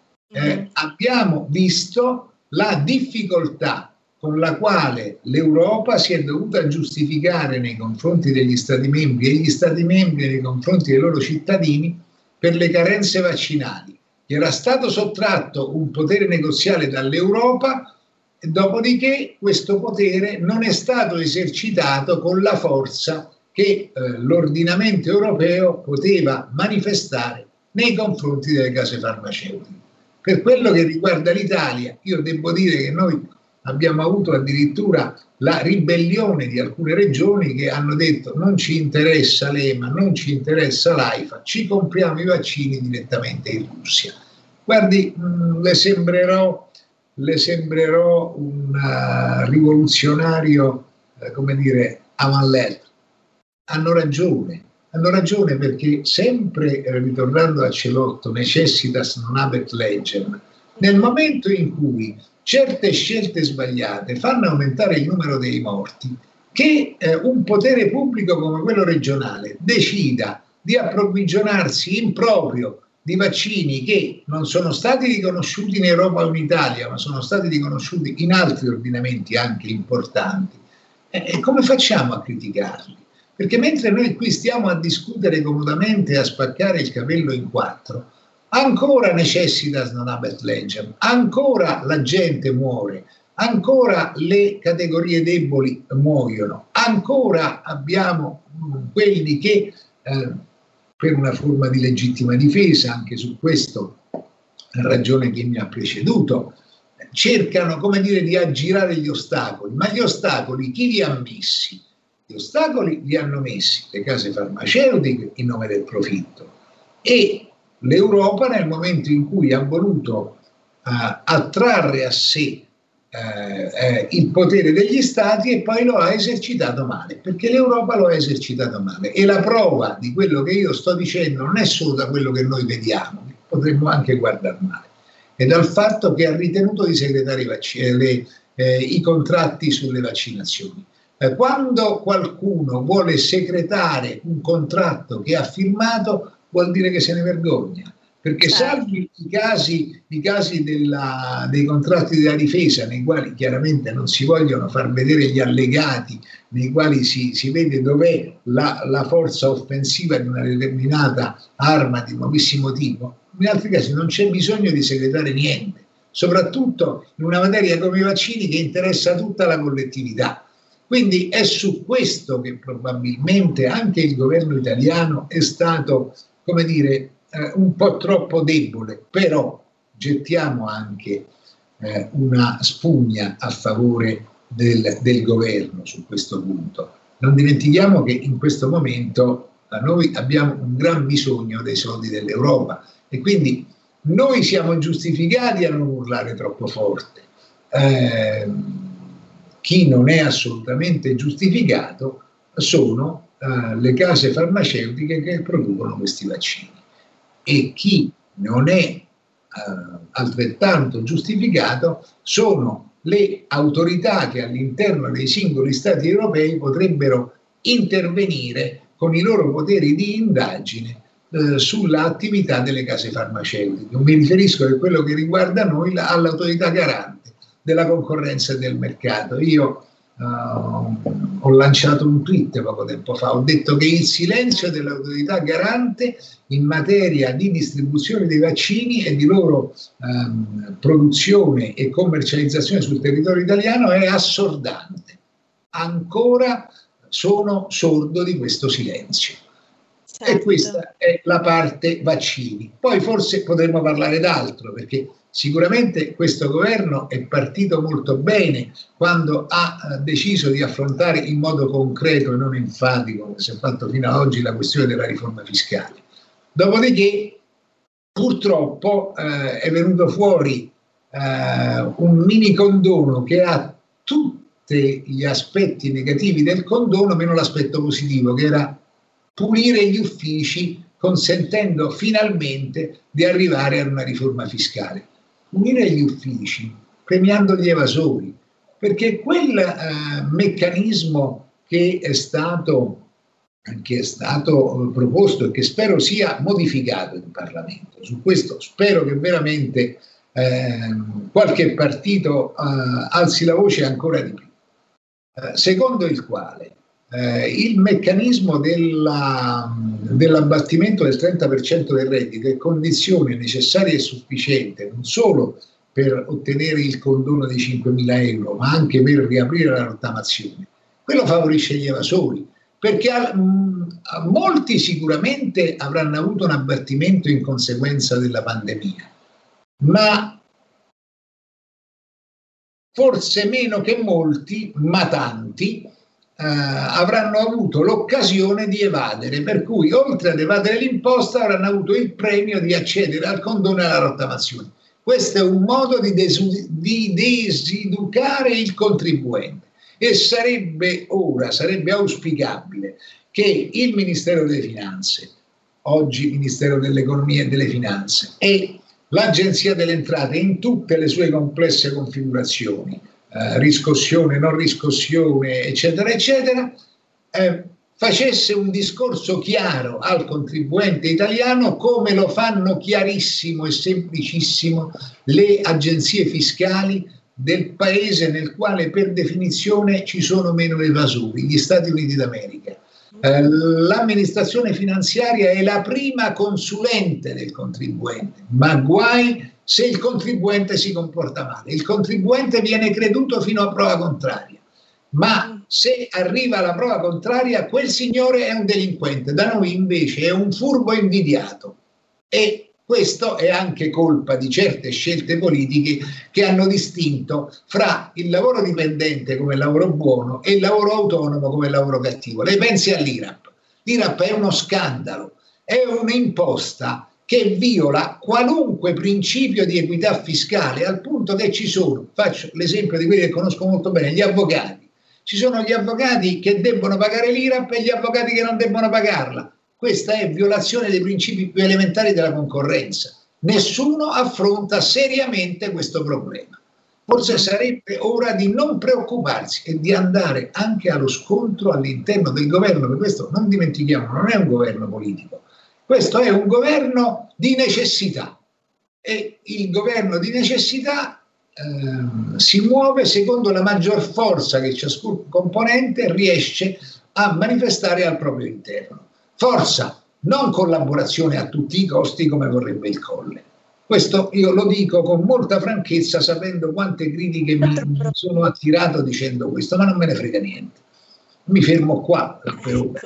Eh, abbiamo visto la difficoltà con la quale l'Europa si è dovuta giustificare nei confronti degli Stati membri e gli Stati membri nei confronti dei loro cittadini per le carenze vaccinali. Gli era stato sottratto un potere negoziale dall'Europa, e dopodiché questo potere non è stato esercitato con la forza che eh, l'ordinamento europeo poteva manifestare nei confronti delle case farmaceutiche. Per quello che riguarda l'Italia, io devo dire che noi abbiamo avuto addirittura la ribellione di alcune regioni che hanno detto non ci interessa l'E M A, non ci interessa l'AIFA, ci compriamo i vaccini direttamente in Russia. Guardi, mh, le sembrerò, le sembrerò un uh, rivoluzionario, uh, come dire, avant l'heure. Hanno ragione, hanno ragione perché sempre, eh, ritornando a Celotto, necessitas non habet legem, nel momento in cui certe scelte sbagliate fanno aumentare il numero dei morti, che eh, un potere pubblico come quello regionale decida di approvvigionarsi in proprio di vaccini che non sono stati riconosciuti in Europa o in Italia, ma sono stati riconosciuti in altri ordinamenti anche importanti, e eh, come facciamo a criticarli? Perché mentre noi qui stiamo a discutere comodamente e a spaccare il capello in quattro, ancora necessitas non habet legem, ancora la gente muore, ancora le categorie deboli muoiono, ancora abbiamo mh, quelli che eh, per una forma di legittima difesa, anche su questo ha ragione chi mi ha preceduto, cercano, come dire, di aggirare gli ostacoli, ma gli ostacoli chi li ha messi? Gli ostacoli li hanno messi le case farmaceutiche in nome del profitto e l'Europa nel momento in cui ha voluto uh, attrarre a sé uh, uh, il potere degli stati e poi lo ha esercitato male, perché l'Europa lo ha esercitato male. E la prova di quello che io sto dicendo non è solo da quello che noi vediamo, potremmo anche guardare male, è dal fatto che ha ritenuto di segretare i, vac- le, eh, i contratti sulle vaccinazioni. Quando qualcuno vuole secretare un contratto che ha firmato, vuol dire che se ne vergogna, perché salvi i casi, i casi della, dei contratti della difesa, nei quali chiaramente non si vogliono far vedere gli allegati, nei quali si, si vede dov'è la, la forza offensiva di una determinata arma di nuovissimo tipo, in altri casi non c'è bisogno di segretare niente. soprattutto in una materia come i vaccini che interessa tutta la collettività. Quindi è su questo che probabilmente anche il governo italiano è stato, come dire, eh, un po' troppo debole, però gettiamo anche eh, una spugna a favore del, del governo su questo punto. Non dimentichiamo che in questo momento eh, noi abbiamo un gran bisogno dei soldi dell'Europa e quindi noi siamo giustificati a non urlare troppo forte. Eh, chi non è assolutamente giustificato sono eh, le case farmaceutiche che producono questi vaccini, e chi non è eh, altrettanto giustificato sono le autorità che all'interno dei singoli stati europei potrebbero intervenire con i loro poteri di indagine eh, sull'attività delle case farmaceutiche. Non mi riferisco a quello che riguarda noi la, all'autorità garante della concorrenza e del mercato. Io uh, ho lanciato un tweet poco tempo fa, ho detto che il silenzio dell'autorità garante in materia di distribuzione dei vaccini e di loro um, produzione e commercializzazione sul territorio italiano è assordante. Ancora sono sordo di questo silenzio. Certo. E questa è la parte vaccini. Poi forse potremmo parlare d'altro, perché sicuramente questo governo è partito molto bene quando ha deciso di affrontare in modo concreto e non enfatico, come si è fatto fino ad oggi, la questione della riforma fiscale. Dopodiché, purtroppo, eh, è venuto fuori eh, un mini condono che ha tutti gli aspetti negativi del condono, meno l'aspetto positivo, che era pulire gli uffici, consentendo finalmente di arrivare ad una riforma fiscale. Unire gli uffici, premiando gli evasori, perché quel eh, meccanismo che è stato, che è stato proposto e che spero sia modificato in Parlamento, su questo spero che veramente eh, qualche partito eh, alzi la voce ancora di più, eh, secondo il quale eh, il meccanismo della, dell'abbattimento del trenta per cento del reddito è condizione necessaria e sufficiente non solo per ottenere il condono dei cinquemila euro, ma anche per riaprire la rottamazione. Quello favorisce gli evasori, perché a, a molti sicuramente avranno avuto un abbattimento in conseguenza della pandemia, ma forse meno che molti, ma tanti, Uh, avranno avuto l'occasione di evadere, per cui oltre ad evadere l'imposta avranno avuto il premio di accedere al condono e alla rottamazione. Questo è un modo di, desu- di diseducare il contribuente, e sarebbe ora, sarebbe auspicabile che il Ministero delle Finanze, oggi Ministero dell'Economia e delle Finanze, e l'Agenzia delle Entrate in tutte le sue complesse configurazioni, Uh, riscossione, non riscossione, eccetera, eccetera, eh, facesse un discorso chiaro al contribuente italiano, come lo fanno chiarissimo e semplicissimo le agenzie fiscali del paese nel quale per definizione ci sono meno evasori, gli Stati Uniti d'America. Eh, l'amministrazione finanziaria è la prima consulente del contribuente, ma guai se il contribuente si comporta male. Il contribuente viene creduto fino a prova contraria, ma se arriva alla prova contraria, quel signore è un delinquente. Da noi invece è un furbo invidiato, e questo è anche colpa di certe scelte politiche che hanno distinto fra il lavoro dipendente come lavoro buono e il lavoro autonomo come lavoro cattivo. Lei pensi all'I R A P. L'I R A P è uno scandalo, è un'imposta che viola qualunque principio di equità fiscale, al punto che ci sono, faccio l'esempio di quelli che conosco molto bene, gli avvocati. Ci sono gli avvocati che debbono pagare l'I R A P e gli avvocati che non debbono pagarla. Questa è violazione dei principi più elementari della concorrenza. Nessuno affronta seriamente questo problema. Forse sarebbe ora di non preoccuparsi e di andare anche allo scontro all'interno del governo, perché questo, non dimentichiamo, non è un governo politico. Questo è un governo di necessità, e il governo di necessità eh, si muove secondo la maggior forza che ciascun componente riesce a manifestare al proprio interno. Forza, non collaborazione a tutti i costi come vorrebbe il Colle. Questo io lo dico con molta franchezza, sapendo quante critiche mi sono attirato dicendo questo, ma non me ne frega niente. Mi fermo qua per ora.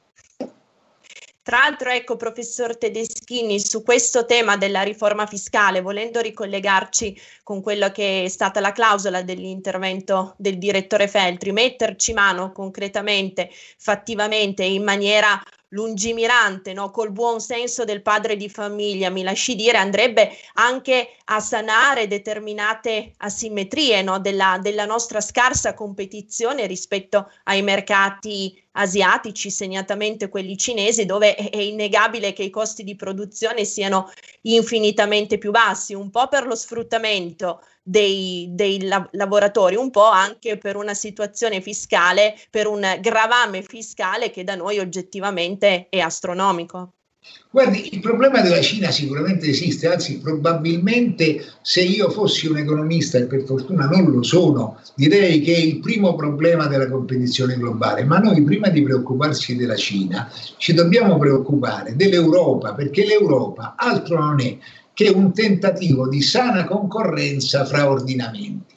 Tra l'altro, ecco, professor Tedeschini, su questo tema della riforma fiscale, volendo ricollegarci con quello che è stata la clausola dell'intervento del direttore Feltri, metterci mano concretamente, fattivamente, in maniera lungimirante, no? Col buon senso del padre di famiglia, mi lasci dire, andrebbe anche a sanare determinate asimmetrie, no? della, della nostra scarsa competizione rispetto ai mercati asiatici, segnatamente quelli cinesi, dove è, è innegabile che i costi di produzione siano infinitamente più bassi, un po' per lo sfruttamento dei, dei la- lavoratori, un po' anche per una situazione fiscale, per un gravame fiscale che da noi oggettivamente è astronomico. Guardi, il problema della Cina sicuramente esiste, anzi probabilmente se io fossi un economista, e per fortuna non lo sono, direi che è il primo problema della competizione globale, ma noi prima di preoccuparci della Cina ci dobbiamo preoccupare dell'Europa, perché l'Europa altro non è che un tentativo di sana concorrenza fra ordinamenti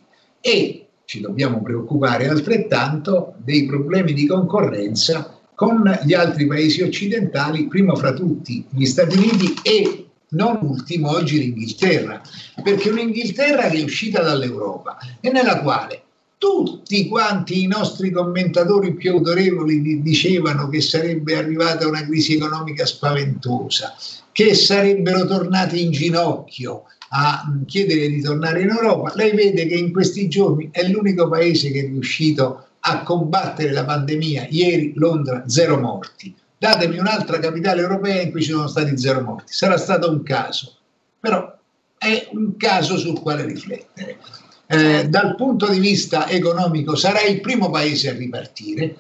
e ci dobbiamo preoccupare altrettanto dei problemi di concorrenza con gli altri paesi occidentali, primo fra tutti gli Stati Uniti e non ultimo oggi l'Inghilterra, perché un'Inghilterra che è uscita dall'Europa e nella quale tutti quanti i nostri commentatori più autorevoli dicevano che sarebbe arrivata una crisi economica spaventosa, che sarebbero tornati in ginocchio a chiedere di tornare in Europa. Lei vede che in questi giorni è l'unico paese che è riuscito a combattere la pandemia. Ieri Londra, zero morti. Datemi un'altra capitale europea in cui ci sono stati zero morti. Sarà stato un caso, però è un caso sul quale riflettere. Eh, dal punto di vista economico sarà il primo paese a ripartire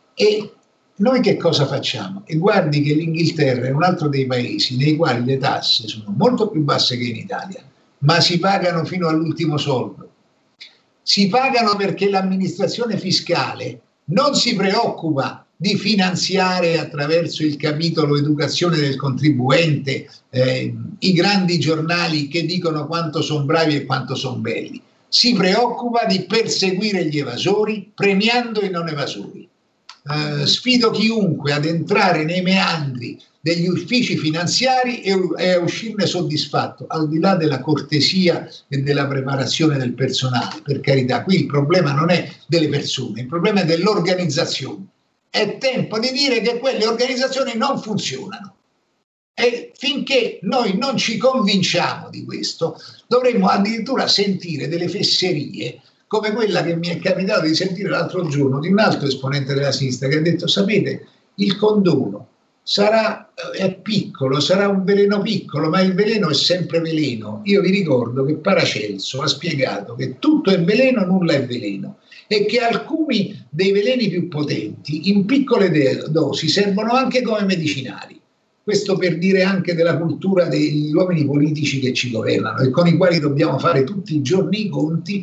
e noi che cosa facciamo? E guardi che l'Inghilterra è un altro dei paesi nei quali le tasse sono molto più basse che in Italia, ma si pagano fino all'ultimo soldo. Si pagano perché l'amministrazione fiscale non si preoccupa di finanziare attraverso il capitolo educazione del contribuente eh, i grandi giornali che dicono quanto sono bravi e quanto sono belli. Si preoccupa di perseguire gli evasori premiando i non evasori. Eh, sfido chiunque ad entrare nei meandri degli uffici finanziari e, e a uscirne soddisfatto, al di là della cortesia e della preparazione del personale. Per carità, qui il problema non è delle persone, il problema è dell'organizzazione. È tempo di dire che quelle organizzazioni non funzionano e finché noi non ci convinciamo di questo dovremmo addirittura sentire delle fesserie come quella che mi è capitato di sentire l'altro giorno di un altro esponente della sinistra che ha detto: sapete, il condono sarà è piccolo, sarà un veleno piccolo, ma il veleno è sempre veleno. Io vi ricordo che Paracelso ha spiegato che tutto è veleno, nulla è veleno, e che alcuni dei veleni più potenti in piccole dosi servono anche come medicinali. Questo per dire anche della cultura degli uomini politici che ci governano e con i quali dobbiamo fare tutti i giorni i conti,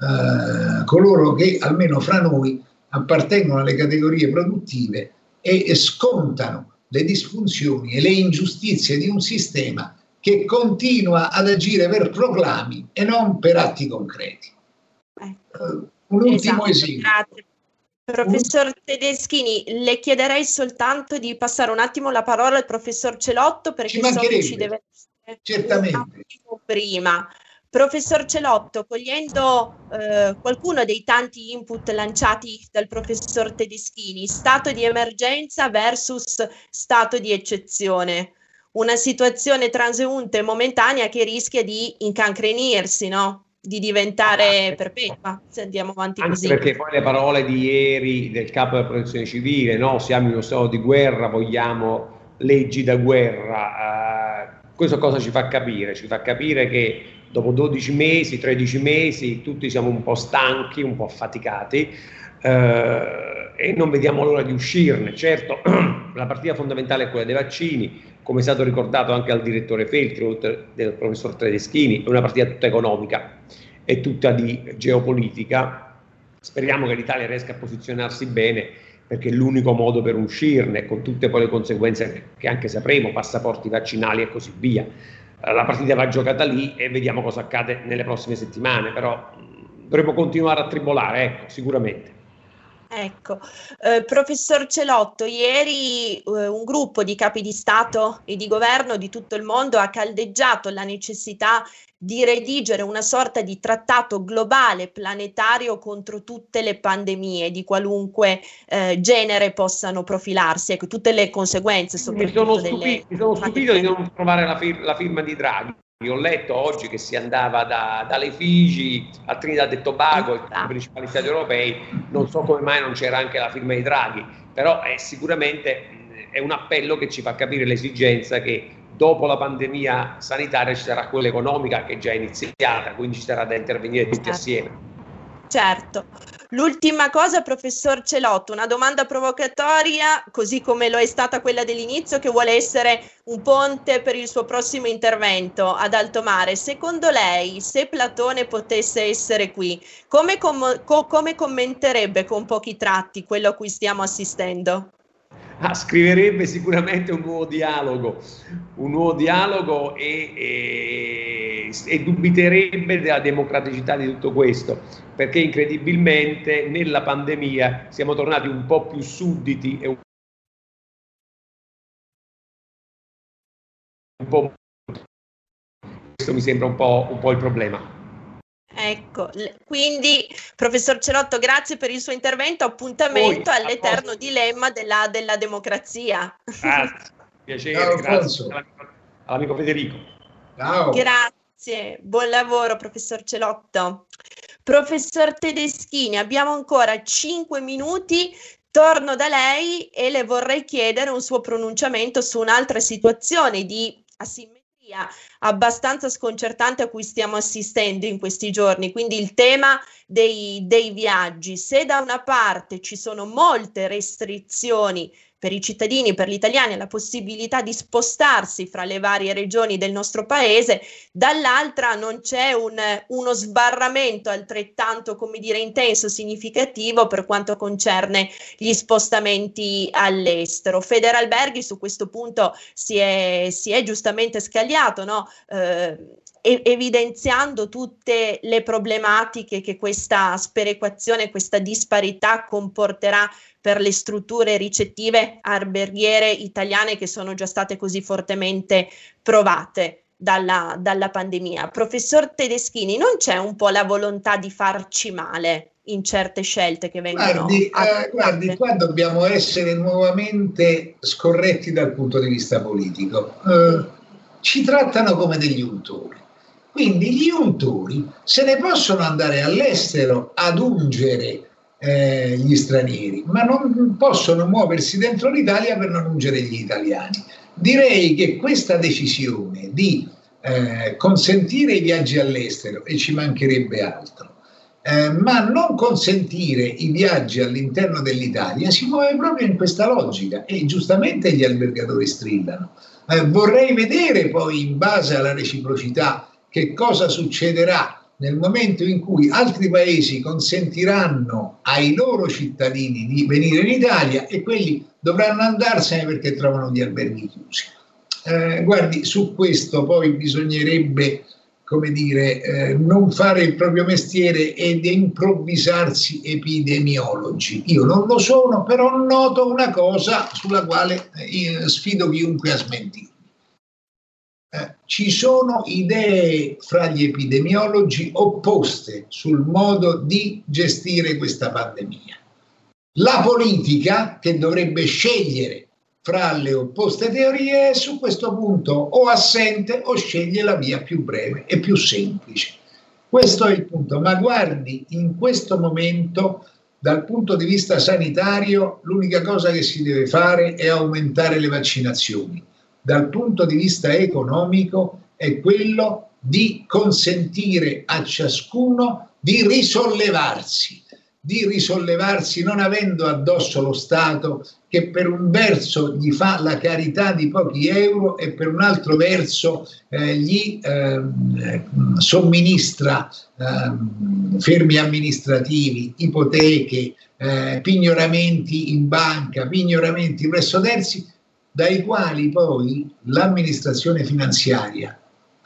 eh, coloro che almeno fra noi appartengono alle categorie produttive e, e scontano le disfunzioni e le ingiustizie di un sistema che continua ad agire per proclami e non per atti concreti. Ecco. Uh, un ultimo Esatto, esempio. grazie. Professor Tedeschini, le chiederei soltanto di passare un attimo la parola al professor Celotto perché so che ci deve essere certamente un attimo prima. Professor Celotto, cogliendo eh, qualcuno dei tanti input lanciati dal professor Tedeschini, stato di emergenza versus stato di eccezione, una situazione transeunte e momentanea che rischia di incancrenirsi, no? Di diventare perpetua se andiamo avanti anche così. Perché poi le parole di ieri del capo della protezione civile, no? Siamo in uno stato di guerra, vogliamo leggi da guerra, uh, questo cosa ci fa capire? Ci fa capire che dopo dodici mesi, tredici mesi tutti siamo un po' stanchi, un po' affaticati uh, e non vediamo l'ora di uscirne. Certo, la partita fondamentale è quella dei vaccini, come è stato ricordato anche al direttore Feltri, oltre del professor Tedeschini, è una partita tutta economica, è tutta di geopolitica. Speriamo che l'Italia riesca a posizionarsi bene, perché è l'unico modo per uscirne, con tutte poi le conseguenze che anche sapremo, passaporti vaccinali e così via. la partita va giocata lì e vediamo cosa accade nelle prossime settimane, però dovremo continuare a tribolare, ecco, sicuramente. Ecco, eh, professor Celotto, ieri eh, un gruppo di capi di Stato e di governo di tutto il mondo ha caldeggiato la necessità di redigere una sorta di trattato globale, planetario contro tutte le pandemie di qualunque eh, genere possano profilarsi, ecco, tutte le conseguenze soprattutto mi sono delle... stupito, mi sono stupito di non trovare la, fir- la firma di Draghi. Ho letto oggi che si andava da, dalle Figi a Trinidad e Tobago, i principali stati europei, non so come mai non c'era anche la firma di Draghi, però è sicuramente è un appello che ci fa capire l'esigenza che dopo la pandemia sanitaria ci sarà quella economica che è già iniziata, quindi ci sarà da intervenire tutti certo. assieme. Certo. L'ultima cosa, professor Celotto, una domanda provocatoria, così come lo è stata quella dell'inizio, che vuole essere un ponte per il suo prossimo intervento ad alto mare. Secondo lei, se Platone potesse essere qui, come, com- co- come commenterebbe con pochi tratti quello a cui stiamo assistendo? Ah, scriverebbe sicuramente un nuovo dialogo, un nuovo dialogo e, e, e dubiterebbe della democraticità di tutto questo, perché incredibilmente nella pandemia siamo tornati un po' più sudditi e un po'. Questo mi sembra un po', un po' il problema. Ecco, quindi professor Celotto, grazie per il suo intervento, appuntamento Poi, all'eterno dilemma della, della democrazia. Grazie, piacere, Ciao, grazie all'amico, all'amico Federico. Ciao. Grazie, buon lavoro professor Celotto. Professor Tedeschini, abbiamo ancora cinque minuti, torno da lei e le vorrei chiedere un suo pronunciamento su un'altra situazione di asimmetria abbastanza sconcertante a cui stiamo assistendo in questi giorni, quindi il tema dei, dei viaggi. Se da una parte ci sono molte restrizioni per i cittadini, per gli italiani, la possibilità di spostarsi fra le varie regioni del nostro paese, dall'altra non c'è un, uno sbarramento altrettanto, come dire, intenso, significativo per quanto concerne gli spostamenti all'estero. Federalberghi su questo punto si è, si è giustamente scagliato, no? Eh, evidenziando tutte le problematiche che questa sperequazione, questa disparità comporterà per le strutture ricettive alberghiere italiane che sono già state così fortemente provate dalla, dalla pandemia. Professor Tedeschini, non c'è un po' la volontà di farci male in certe scelte che vengono guardi, eh, guardi, qua dobbiamo essere nuovamente scorretti dal punto di vista politico. Eh, ci trattano come degli untori. Quindi gli untori se ne possono andare all'estero ad ungere eh, gli stranieri, ma non possono muoversi dentro l'Italia per non ungere gli italiani. Direi che questa decisione di eh, consentire i viaggi all'estero, e ci mancherebbe altro, eh, ma non consentire i viaggi all'interno dell'Italia, si muove proprio in questa logica e giustamente gli albergatori strillano. Eh, vorrei vedere poi, in base alla reciprocità, che cosa succederà nel momento in cui altri paesi consentiranno ai loro cittadini di venire in Italia e quelli dovranno andarsene perché trovano gli alberghi chiusi. Eh, guardi, su questo poi bisognerebbe, come dire, eh, non fare il proprio mestiere ed improvvisarsi epidemiologi. Io non lo sono, però noto una cosa sulla quale eh, sfido chiunque a smentire. Eh, ci sono idee fra gli epidemiologi opposte sul modo di gestire questa pandemia. La politica, che dovrebbe scegliere fra le opposte teorie, è su questo punto o assente o sceglie la via più breve e più semplice. Questo è il punto. Ma guardi, in questo momento, dal punto di vista sanitario, l'unica cosa che si deve fare è aumentare le vaccinazioni. Dal punto di vista economico è quello di consentire a ciascuno di risollevarsi, di risollevarsi non avendo addosso lo Stato che per un verso gli fa la carità di pochi euro e per un altro verso eh, gli eh, somministra eh, fermi amministrativi, ipoteche, eh, pignoramenti in banca, pignoramenti presso terzi, dai quali poi l'amministrazione finanziaria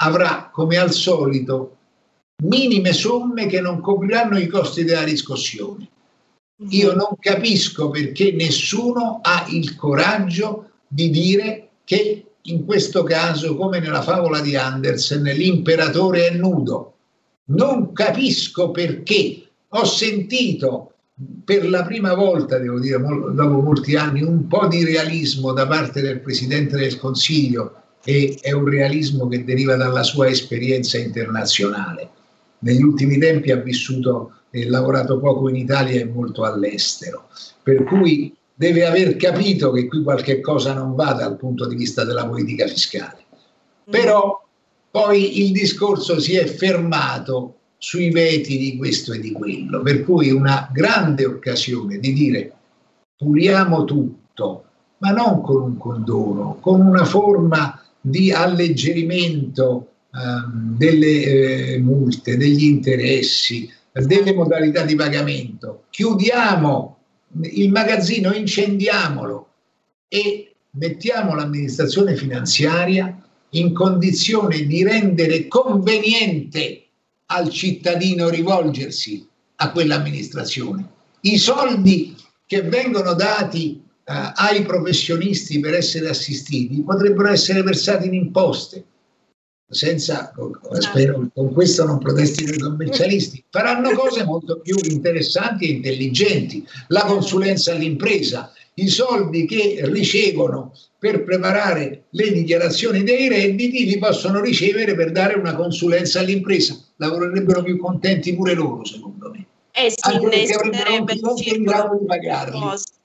avrà come al solito minime somme che non copriranno i costi della riscossione. Io non capisco perché nessuno ha il coraggio di dire che in questo caso, come nella favola di Andersen, l'imperatore è nudo. Non capisco perché. Ho sentito per la prima volta, devo dire, dopo molti anni, un po' di realismo da parte del Presidente del Consiglio, e è un realismo che deriva dalla sua esperienza internazionale. Negli ultimi tempi ha vissuto e lavorato poco in Italia e molto all'estero, per cui deve aver capito che qui qualche cosa non va dal punto di vista della politica fiscale. Però poi il discorso si è fermato sui veti di questo e di quello, per cui una grande occasione di dire puriamo tutto, ma non con un condono, con una forma di alleggerimento ehm, delle eh, multe, degli interessi, delle modalità di pagamento. Chiudiamo il magazzino, incendiamolo e mettiamo l'amministrazione finanziaria in condizione di rendere conveniente al cittadino rivolgersi a quell'amministrazione. I soldi che vengono dati eh, ai professionisti per essere assistiti potrebbero essere versati in imposte, senza, spero che con questo non protestino i commercialisti, faranno cose molto più interessanti e intelligenti. La consulenza all'impresa, i soldi che ricevono per preparare le dichiarazioni dei redditi li possono ricevere per dare una consulenza all'impresa. Lavorerebbero più contenti pure loro, secondo me. E si innesterebbe un circolo di pagarli.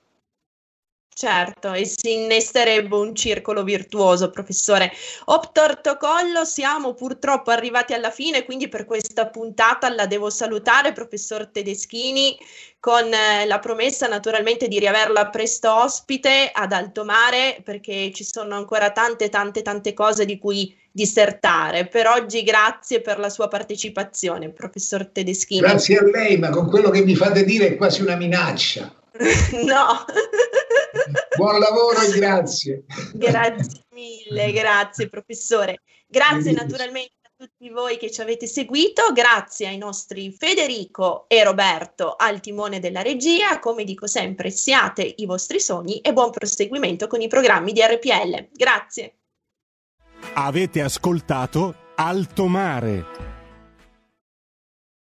Certo, e si innesterebbe un circolo virtuoso, professore. Optortocollo, siamo purtroppo arrivati alla fine, quindi per questa puntata la devo salutare, professor Tedeschini, con eh, la promessa naturalmente di riaverla presto ospite ad alto mare, perché ci sono ancora tante tante tante cose di cui dissertare. Per oggi grazie per la sua partecipazione, professor Tedeschini. Grazie a lei, ma con quello che mi fate dire è quasi una minaccia. No. Buon lavoro e grazie. Grazie mille, grazie professore. Grazie naturalmente a tutti voi che ci avete seguito, grazie ai nostri Federico e Roberto al timone della regia. Come dico sempre, siate i vostri sogni e buon proseguimento con i programmi di R P L. Grazie. Avete ascoltato Alto Mare.